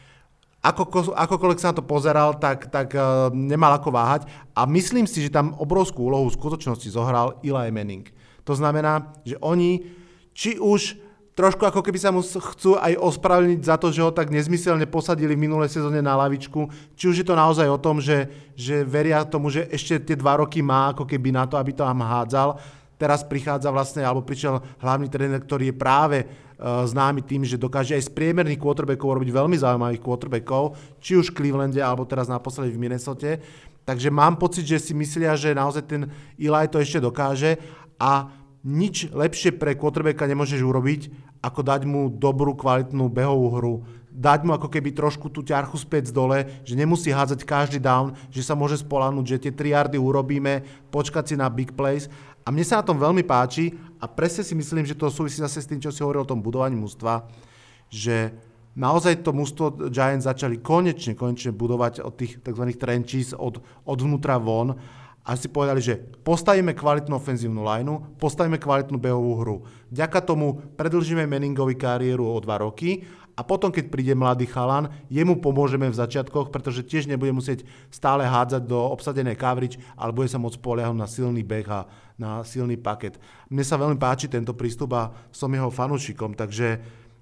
akokoľvek sa na to pozeral, tak nemal ako váhať. A myslím si, že tam obrovskú úlohu v skutočnosti zohral Eli Manning. To znamená, že oni, či už trošku ako keby sa mu chcú aj ospravedlniť za to, že ho tak nezmyselne posadili v minulej sezóne na lavičku. Či už je to naozaj o tom, že veria tomu, že ešte tie 2 roky má ako keby na to, aby to tam hádzal. Teraz prichádza vlastne, alebo prišiel hlavný tréner, ktorý je práve známy tým, že dokáže aj z priemerných quarterbackov robiť veľmi zaujímavých quarterbackov, či už v Clevelande, alebo teraz naposledy v Minnesote. Takže mám pocit, že si myslia, že naozaj ten Eli to ešte dokáže a nič lepšie pre quarterbacka nemôžeš urobiť, ako dať mu dobrú, kvalitnú behovú hru. Dať mu ako keby trošku tú ťarchu späť z dole, že nemusí hádzať každý down, že sa môže spoľahnúť, že tie 3 yardy urobíme, počkať si na big plays. A mne sa na tom veľmi páči a presne si myslím, že to súvisí zase s tým, čo si hovoril o tom budovaní mužstva, že naozaj to mužstvo Giants začali konečne budovať od tých tzv. Trenches, od vnútra von. A si povedali, že postavíme kvalitnú ofenzívnu lineu, postavíme kvalitnú behovú hru. Vďaka tomu predĺžime Manningovi kariéru o 2 roky a potom, keď príde mladý chalan, jemu pomôžeme v začiatkoch, pretože tiež nebude musieť stále hádzať do obsadenej coverage, ale bude sa môcť spoliehať na silný beh a na silný paket. Mne sa veľmi páči tento prístup a som jeho fanúšikom, takže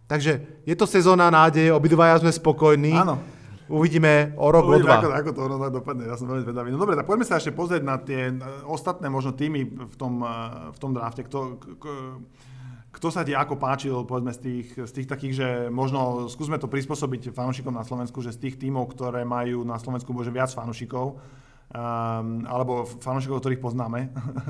je to sezóna nádeje, obidvaja sme spokojní. Áno. Uvidíme o rok, o 2. Ako to dopadne, ja som veľmi zvedavý. No dobre, tak poďme sa ešte pozrieť na tie ostatné možno týmy v tom drafte. Kto sa ti ako páčil, povedzme, z tých takých, že možno skúsme to prispôsobiť fanúšikom na Slovensku, že z tých tímov, ktoré majú na Slovensku možno viac fanúšikov, alebo fanúšikov, ktorých poznáme,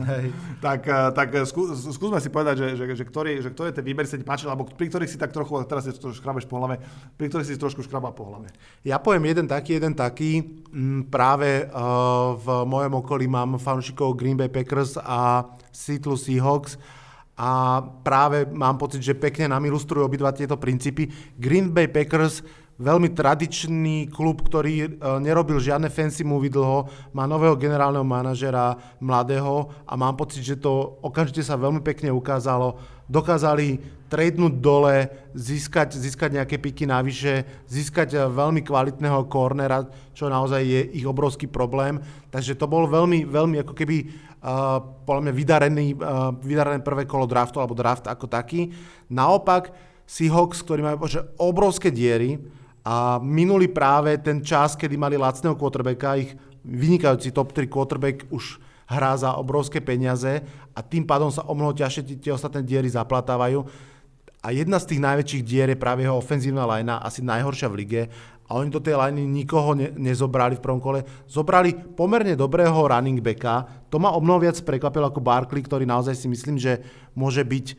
tak skúsme si povedať, že ktoré tie výbery sa ti páčili, alebo pri ktorých si tak trochu, teraz si to škrabeš po hlave, pri ktorých si trošku škrabá po hlave. Ja poviem jeden taký. Práve v mojom okolí mám fanúšikov Green Bay Packers a Seattle Seahawks a práve mám pocit, že pekne nám ilustrujú obidva tieto princípy. Green Bay Packers, veľmi tradičný klub, ktorý nerobil žiadne fancy movie dlho, má nového generálneho manažera, mladého a mám pocit, že to okamžite sa veľmi pekne ukázalo. Dokázali tradenúť dole, získať nejaké piky navyše, získať veľmi kvalitného cornera, čo naozaj je ich obrovský problém. Takže to bol veľmi, veľmi ako keby podľa mňa vydarené prvé kolo draftu, alebo draft ako taký. Naopak Seahawks, ktorí majú obrovské diery, a minuli práve ten čas, kedy mali lacného quarterbacka, ich vynikajúci top 3 quarterback už hrá za obrovské peniaze a tým pádom sa o mnoho ťažšie tie ostatné diery zaplatávajú. A jedna z tých najväčších dier je práve jeho ofenzívna linea, asi najhoršia v lige. A oni do tej liney nikoho nezobrali v prvom kole. Zobrali pomerne dobrého running backa. To ma o mnoho viac prekvapilo ako Barkley, ktorý naozaj si myslím, že môže byť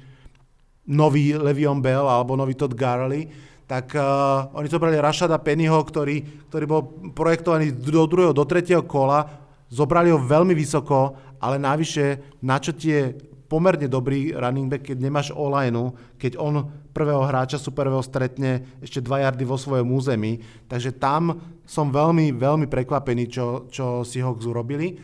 nový Le'Veon Bell alebo nový Todd Gurley. Tak oni zobrali Rashada Pennyho, ktorý bol projektovaný do 2. do 3. kola, zobrali ho veľmi vysoko, ale navyše, na čo ti je pomerne dobrý running back, keď nemáš O-line, keď on prvého hráča superového stretne ešte 2 yardy vo svojom území. Takže tam som veľmi, veľmi prekvapený, čo Seahawks urobili.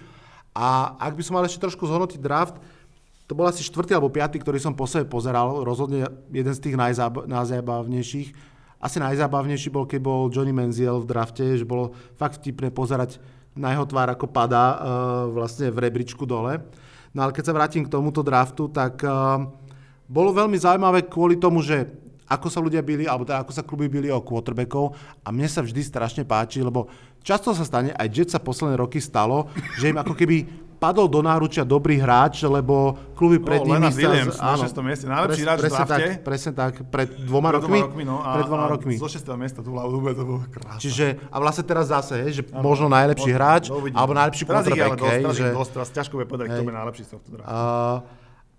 A ak by som mal ešte trošku zhodnotiť draft, to bol asi 4. alebo 5., ktorý som po sebe pozeral, rozhodne jeden z tých najzábavnejších. Asi najzábavnejší bol, keď bol Johnny Manziel v drafte, že bolo fakt vtipné pozerať na jeho tvár, ako padá vlastne v rebríčku dole. No ale keď sa vrátim k tomuto draftu, tak bolo veľmi zaujímavé kvôli tomu, že ako sa ľudia bili, alebo teda ako sa kluby bili o quarterbackov a mne sa vždy strašne páči, lebo často sa stane, aj Jets sa posledné roky stalo, že im ako keby padol do náručia dobrý hráč, lebo kluby pred nimi... Leonard Williams na 6. mieste, najlepší hráč v drafte. Presne tak, pred 2 rokmi. Pred 2 rokmi. Zo 6. miesta tu ľavú to bolo krásne. Čiže, a vlastne teraz zase, že možno najlepší hráč, alebo najlepší quarterback. Teraz ťažko bude povedať, kto bude najlepší z tohto draftu.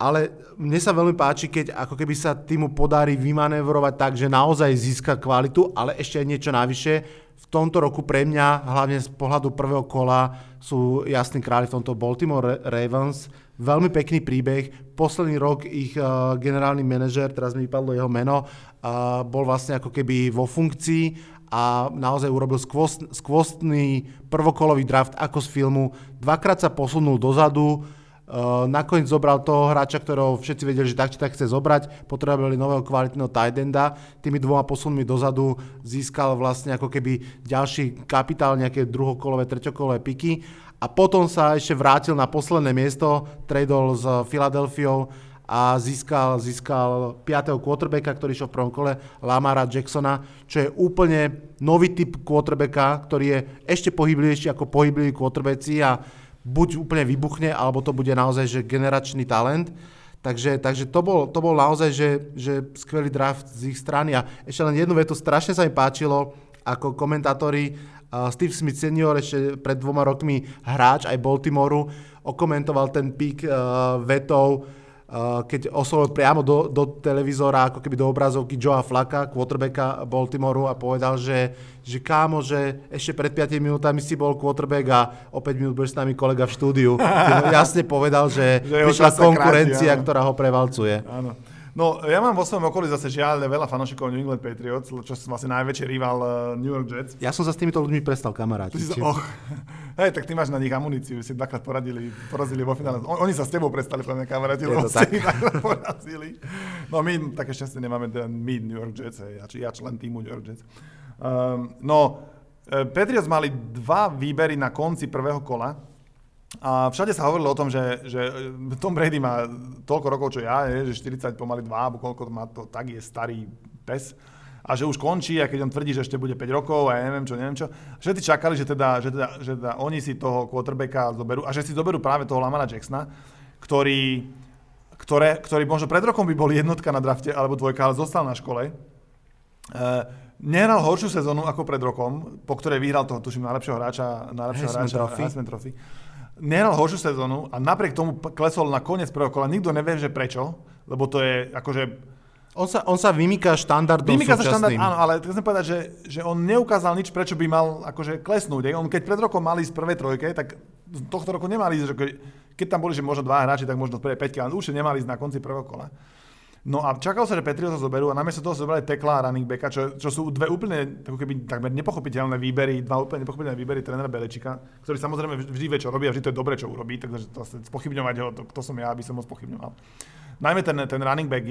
ale mne sa veľmi páči, keď ako keby sa týmu podarí vymanévrovať tak, že naozaj získa kvalitu, ale ešte aj niečo navyše. V tomto roku pre mňa, hlavne z pohľadu prvého kola, sú jasní králi v tomto Baltimore Ravens. Veľmi pekný príbeh. Posledný rok ich generálny manažer, teraz mi vypadlo jeho meno, bol vlastne ako keby vo funkcii a naozaj urobil skvostný prvokolový draft ako z filmu. Dvakrát sa posunul dozadu, nakoniec zobral toho hráča, ktorého všetci vedeli, že tak či tak chce zobrať, potrebovali nového kvalitného tight enda, tými 2 posunmi dozadu získal vlastne ako keby ďalší kapitál, nejaké druhokolové, treťokolové piky a potom sa ešte vrátil na posledné miesto, tradol s Filadelfiou a získal 5. quarterbacka, ktorý šiel v prvom kole, Lamara Jacksona, čo je úplne nový typ quarterbacka, ktorý je ešte pohyblivejší ako pohybliví quarterbacki a buď úplne vybuchne, alebo to bude naozaj že generačný talent. Takže to bol naozaj že skvelý draft z ich strany. A ešte len jednu vetu, strašne sa mi páčilo, ako komentátori Steve Smith senior, ešte pred 2 rokmi hráč aj Baltimoreu, okomentoval ten pík vetou, keď oslovil priamo do televízora, ako keby do obrazovky Joea Flacka, quarterbacka Baltimoreu a povedal, že kámo, že ešte pred 5 minútami si bol quarterback a o 5 minút budeš s nami kolega v štúdiu. Jasne povedal, že prišla konkurencia, ktorá ho prevalcuje. Áno. No, ja mám vo svojom okolí zase žiaľ veľa fanúšikov New England Patriots, čo sú vlastne najväčší rival New York Jets. Ja som sa s týmito ľuďmi prestal kamarátiť. Hej, tak ty máš na nich amuníciu, si 2-krát porazili vo finále. Oni sa s tebou prestali pre mňa kamaráti, lebo si 2-krát porazili. No my také šťastie nemáme, my New York Jets, ja člen týmu New York Jets. Patriots mali 2 výbery na konci prvého kola. A všade sa hovorilo o tom, že Tom Brady má toľko rokov, čo ja, že 40 pomaly 2, alebo koľko má to, tak je starý pes. A že už končí, a keď on tvrdí, že ešte bude 5 rokov a ja neviem čo. Všetci čakali, že teda oni si toho quarterbacka zoberú a že si zoberú práve toho Lamara Jacksona, ktorý možno pred rokom by bol jednotka na drafte alebo dvojka, ale zostal na škole. Nehral horšiu sezónu ako pred rokom, po ktorej vyhral toho, tuším, najlepšieho hráča Heisman Trophy. Nehral horšiu sezónu a napriek tomu klesol na koniec prvého kola. Nikto nevie, že prečo, lebo to je akože... On sa vymýka štandardom súčasným. Áno, ale chcem povedať, že on neukázal nič, prečo by mal akože klesnúť. On keď pred rokom mali z prvej trojke, tak tohto roku nemali ísť, keď tam boli, že možno 2 hráči, tak možno v prvej 5, ale už nemali ísť na konci prvého kola. No a čakal sa, že Patriots to zoberú a namiesto toho zobrali tekla a running backa, čo sú 2 úplne ako keby takmer nepochopiteľné výbery, 2 úplne nepochopiteľné výbery trénera Beličika, ktorý samozrejme vždy vie, čo robí a vždy to je dobre, čo urobí, takže to spochybňovať ho, to som ja, aby som ho spochybňoval. Najmä ten running back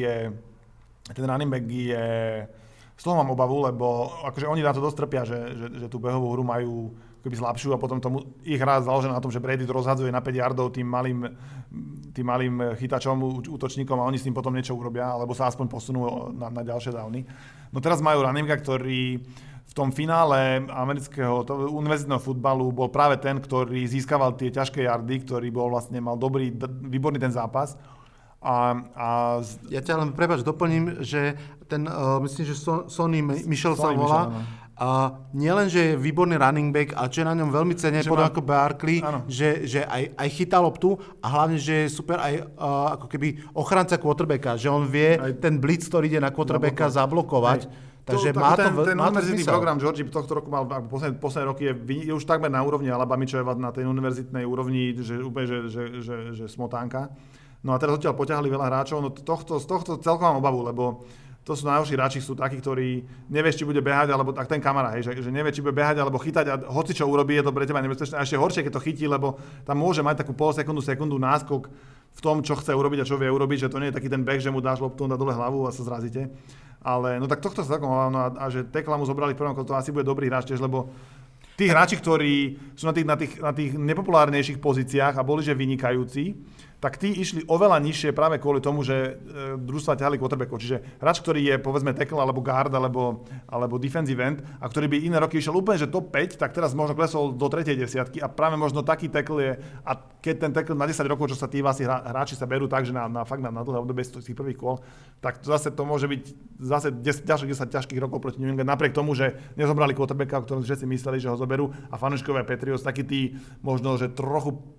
je, z toho mám obavu, lebo akože oni na to dosť trpia, že tú behovú hru majú keby zlepšiu a potom ich hra založená na tom, že Brady to rozhadzuje na 5 yardov tým malým chytačom, útočníkom a oni s tým potom niečo urobia, alebo sa aspoň posunú na ďalšie downy. No teraz majú running backa, ktorý v tom finále amerického univerzitného futbalu bol práve ten, ktorý získaval tie ťažké yardy, ktorý mal výborný ten zápas. Ja ťa len doplním, že ten, myslím, že Sonny Michel sa volá. Nielen, že je výborný running back, ale čo je na ňom veľmi cenné, podobne ako Barkley, že aj chytá loptu a hlavne, že je super aj ako keby ochranca quarterbacka, že on vie ten blitz, ktorý ide na quarterbacka, zablokovať. Takže ten univerzitný program Georgie tohto roku mal, posledné roky je už takmer na úrovni Alabamy, čo je na tej univerzitnej úrovni, že úplne, že smotánka. No a teraz odtiaľ poťahli veľa hráčov, no z tohto celkom mám obavu, lebo to sú najhorší hráči, sú takí, ktorí nevieš, či bude behať, alebo tak ten kamarát, že nevie, či bude behať, alebo chytať a hoci čo urobí, je to pre teba nebezpečné. A ešte horšie, keď to chytí, lebo tam môže mať takú pol sekundu náskok v tom, čo chce urobiť a čo vie urobiť, že to nie je taký ten beh, že mu dáš loptu, dá dole hlavu a sa zrazíte. Ale no tak tohto sa takom obávam, a že Tekla mu zobrali v prvom, to asi bude dobrý hráč tiež, lebo tí hráči, ktorí sú na tých nepopulárnejších pozíciách a boli že vynikajúci, tak tí išli oveľa nižšie práve kvôli tomu, že družstva ťahali quarterbackov. Čiže hráč, ktorý je povedzme tackle alebo guard alebo defensive end a ktorý by iné roky išiel úplne že top 5, tak teraz možno klesol do 3. desiatky a práve možno taký tackle je, a keď ten tackle na 10 rokov, čo sa tí vlastne hráči sa berú tak, že fakt na dlhé obdobie z tých prvých kôl, tak zase to môže byť zase ďalších 10 ťažkých rokov proti New England, napriek tomu, že nezobrali quarterbacka, o ktorom všetci mysleli, že ho zoberú, a fanúšikovia Patriots, takí tí možno, že trochu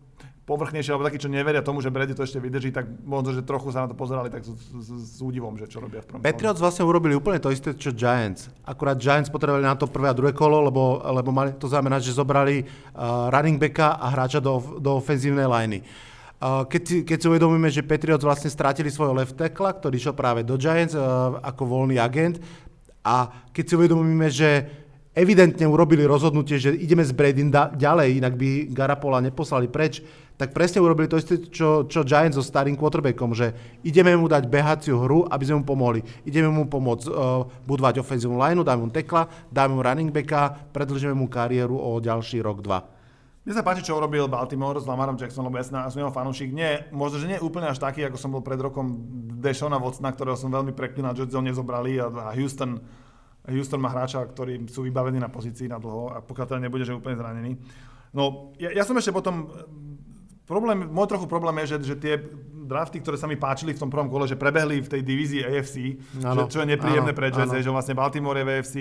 povrchnejší, alebo takí, čo neveria tomu, že Brady to ešte vydrží, tak možno, že trochu sa na to pozerali tak s údivom, že čo robia v prvom kole. Patriots vlastne urobili úplne to isté, čo Giants. Akurát Giants potrebovali na to prvé a druhé kolo, lebo mali to znamená, že zobrali running backa a hráča do ofenzívnej liney. Keď si uvedomíme, že Patriots vlastne strátili svojho left tackla, ktorý išiel práve do Giants ako voľný agent, a keď si uvedomíme, že evidentne urobili rozhodnutie, že ideme s Bradym ďalej, inak by Garapola neposlali preč, tak presne urobili to isté, čo Giants so starým quarterbackom, že ideme mu dať behaciu hru, aby sme mu pomohli. Ideme mu pomôcť budovať ofenzívnu lineu, dáme mu tekla, dáme mu running backa, predĺžime mu kariéru o ďalší rok, 2. Mne sa páči, čo urobil Baltimore s Lamarom Jacksonom, lebo ja som jeho fanúšik. Nie, možno, že nie úplne až taký, ako som bol pred rokom Deshona Watsona, ktorého som veľmi preklinal, že ho nezobrali a Houston má hráča, ktorí sú vybavení na pozícii na dlho a pokiaľ teda nebude, že úplne zranený. No, ja som ešte potom... Môj trochu problém je, že tie drafty, ktoré sa mi páčili v tom prvom kole, že prebehli v tej divízii AFC, čo je nepríjemné pre Jets, že vlastne Baltimore je v AFC,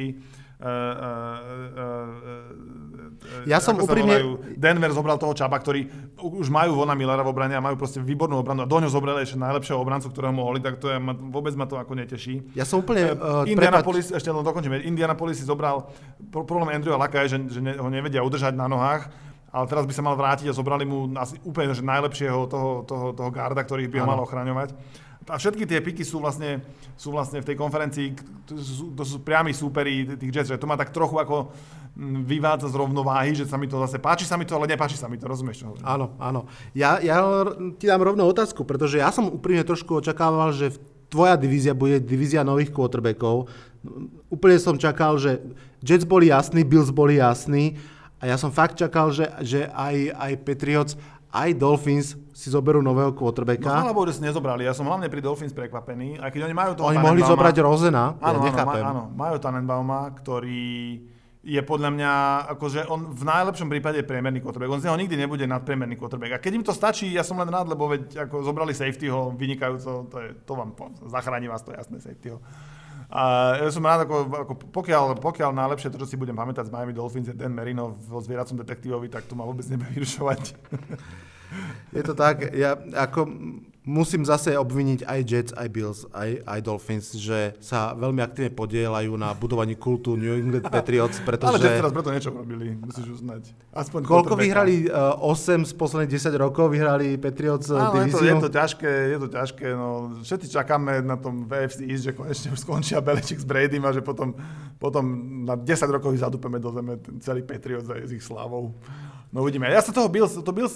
ja som úprimne... Denver zobral toho Čaba, ktorý už majú Vona Millera v obrane a majú proste výbornú obranu a do ňo zobrali ešte najlepšieho obrancu, ktorého mohli, tak vôbec ma to ako neteší. Ja som úplne... Indianapolis, ešte len dokončíme, Indianapolis si zobral, problém Andrewa Lucka je, že ho nevedia udržať na nohách, ale teraz by sa mal vrátiť a zobrali mu asi úplne že najlepšieho toho garda, ktorý by ho mal ochraňovať. A všetky tie piky sú vlastne v tej konferencii, to sú priami súperi tých Jets, že to má tak trochu ako vyvádza z rovnováhy, že sa mi to zase páči sa mi to, ale nepáči sa mi to, rozumieš čo hovorím? Áno. Ja ti dám rovno otázku, pretože ja som úprimne trošku očakával, že tvoja divízia bude divízia nových quarterbackov. Úplne som čakal, že Jets boli jasní, Bills boli jasní a ja som fakt čakal, že aj Patriots, aj Dolphins si zoberú nového quarterbacka. No chvála Bohu, že si nezobrali. Ja som hlavne pri Dolphins prekvapený, aj keď oni majú toho Tannenbauma. Oni mohli zobrať Rosena, Áno, majú Tannenbauma, ktorý je podľa mňa, akože on v najlepšom prípade je priemerný quarterback. On z neho nikdy nebude nadpriemerný quarterback. A keď im to stačí, ja som len rád, lebo veď ako zobrali safetyho vynikajúco, to vám zachráni vás to jasné safetyho. A ja som rád, ako pokiaľ najlepšie to, čo si budem pamätať z Miami Dolphins je Dan Marino vo Zvieracom detektívovi, tak to ma vôbec nebude vyrušovať. Je to tak, ja ako musím zase obviniť aj Jets, aj Bills, aj Dolphins, že sa veľmi aktívne podielajú na budovaní kultu New England Patriots, pretože... Ale Jets teraz preto niečo urobili, musíš uznať. Aspoň koľko vyhrali? 8 z posledných 10 rokov vyhrali Patriots divíziu? Je to ťažké, no všetci čakáme na tom VFC East, že konečne už skončia Belichick s Bradym a že potom na 10 rokov ich zadúpeme do zeme celý Patriots s ich slávou. No uvidíme. Ja sa toho Bills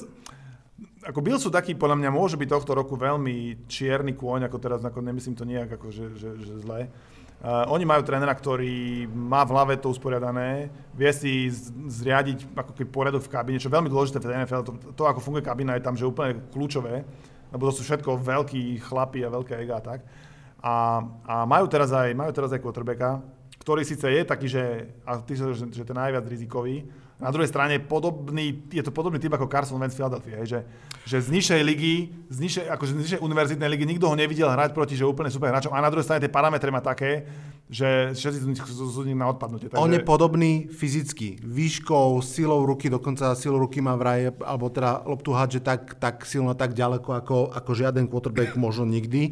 ako Bills sú taký, podľa mňa môže byť tohto roku veľmi čierny kôň, ako teraz, ako nemyslím to nejak ako, že zle. Oni majú trénera, ktorý má v hlave to usporiadané, vie si zriadiť ako keby poriadok v kabíne, čo je veľmi dôležité v NFL. To ako funguje kabína, je tam že úplne kľúčové, lebo to sú všetko veľkí chlapi a veľké ega a tak. A majú teraz aj quarterbacka, ktorý síce je taký, že to je najviac rizikový. Na druhej strane je to podobný typ ako Carson Wentz v Philadelphia, že z nižšej ligy, z nižšej univerzitnej ligy nikto ho nevidel hrať proti že úplne super hráčom a na druhej strane tie parametre má také, že všetci sú na odpadnutie. On je podobný fyzicky, výškou, silou ruky, dokonca silou ruky má vraj, alebo teda loptu hádže tak silno, tak ďaleko ako žiaden quarterback možno nikdy.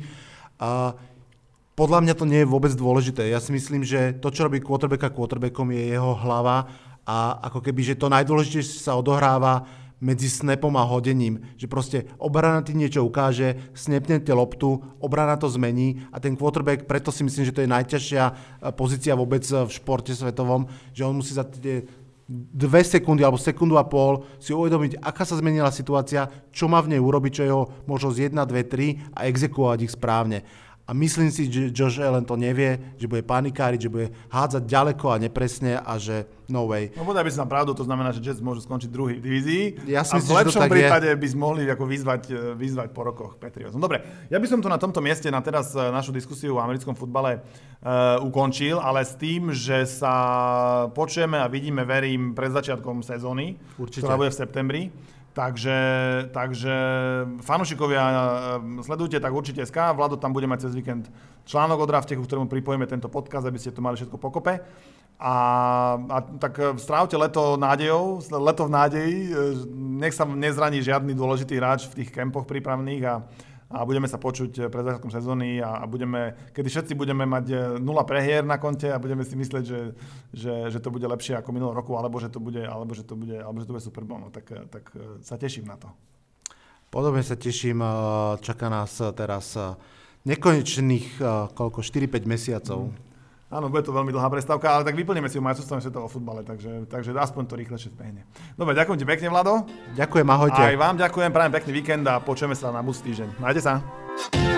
Podľa mňa to nie je vôbec dôležité. Ja si myslím, že to, čo robí quarterbackom, je jeho hlava a ako keby, že to najdôležitejšie sa odohráva medzi snapom a hodením. Že proste obrana ti niečo ukáže, snapnete loptu, obrana to zmení a ten quarterback, preto si myslím, že to je najťažšia pozícia vôbec v športe svetovom, že on musí za tie 2 sekundy alebo sekundu a pol si uvedomiť, aká sa zmenila situácia, čo má v nej urobiť, čo je jeho možnosť 1, 2, 3 a exekuovať ich správne. A myslím si, že Josh Allen to nevie, že bude panikáriť, že bude hádzať ďaleko a nepresne a že no way. No podaj by si nám pravdu, to znamená, že Jets môžu skončiť druhý v divízii ja a v lepšom prípade by mohli ako vyzvať po rokoch Patriots. No dobre, ja by som to na tomto mieste na teraz našu diskusiu o americkom futbale ukončil, ale s tým, že sa počujeme a vidíme, verím, pred začiatkom sezóny, ktorá bude v septembri. Takže fanúšikovia, sledujte tak určite SK, Vlado tam bude mať cez víkend článok o drafte, ku ktorému pripojíme tento podcast, aby ste to mali všetko pokope. A tak strávte leto nádejou, leto v nádeji, nech sa nezraní žiadny dôležitý hráč v tých kempoch prípravných a budeme sa počuť pred začiatkom sezóny a kedy všetci budeme mať 0 prehier na konte a budeme si myslieť, že to bude lepšie ako minulý roku, alebo že to bude Super Bowl. No, tak sa teším na to. Podobne sa teším, čaká nás teraz nekonečných 4-5 mesiacov. Áno, bude to veľmi dlhá prestávka, ale tak vyplníme si ju majstrovstvami sveta vo futbale, takže aspoň to rýchlejšie zbehne. Dobre, ďakujem ti pekne, Vlado. Ďakujem, ahojte. Aj vám ďakujem, prajem pekný víkend a počujeme sa na budúci týždeň. Majte sa.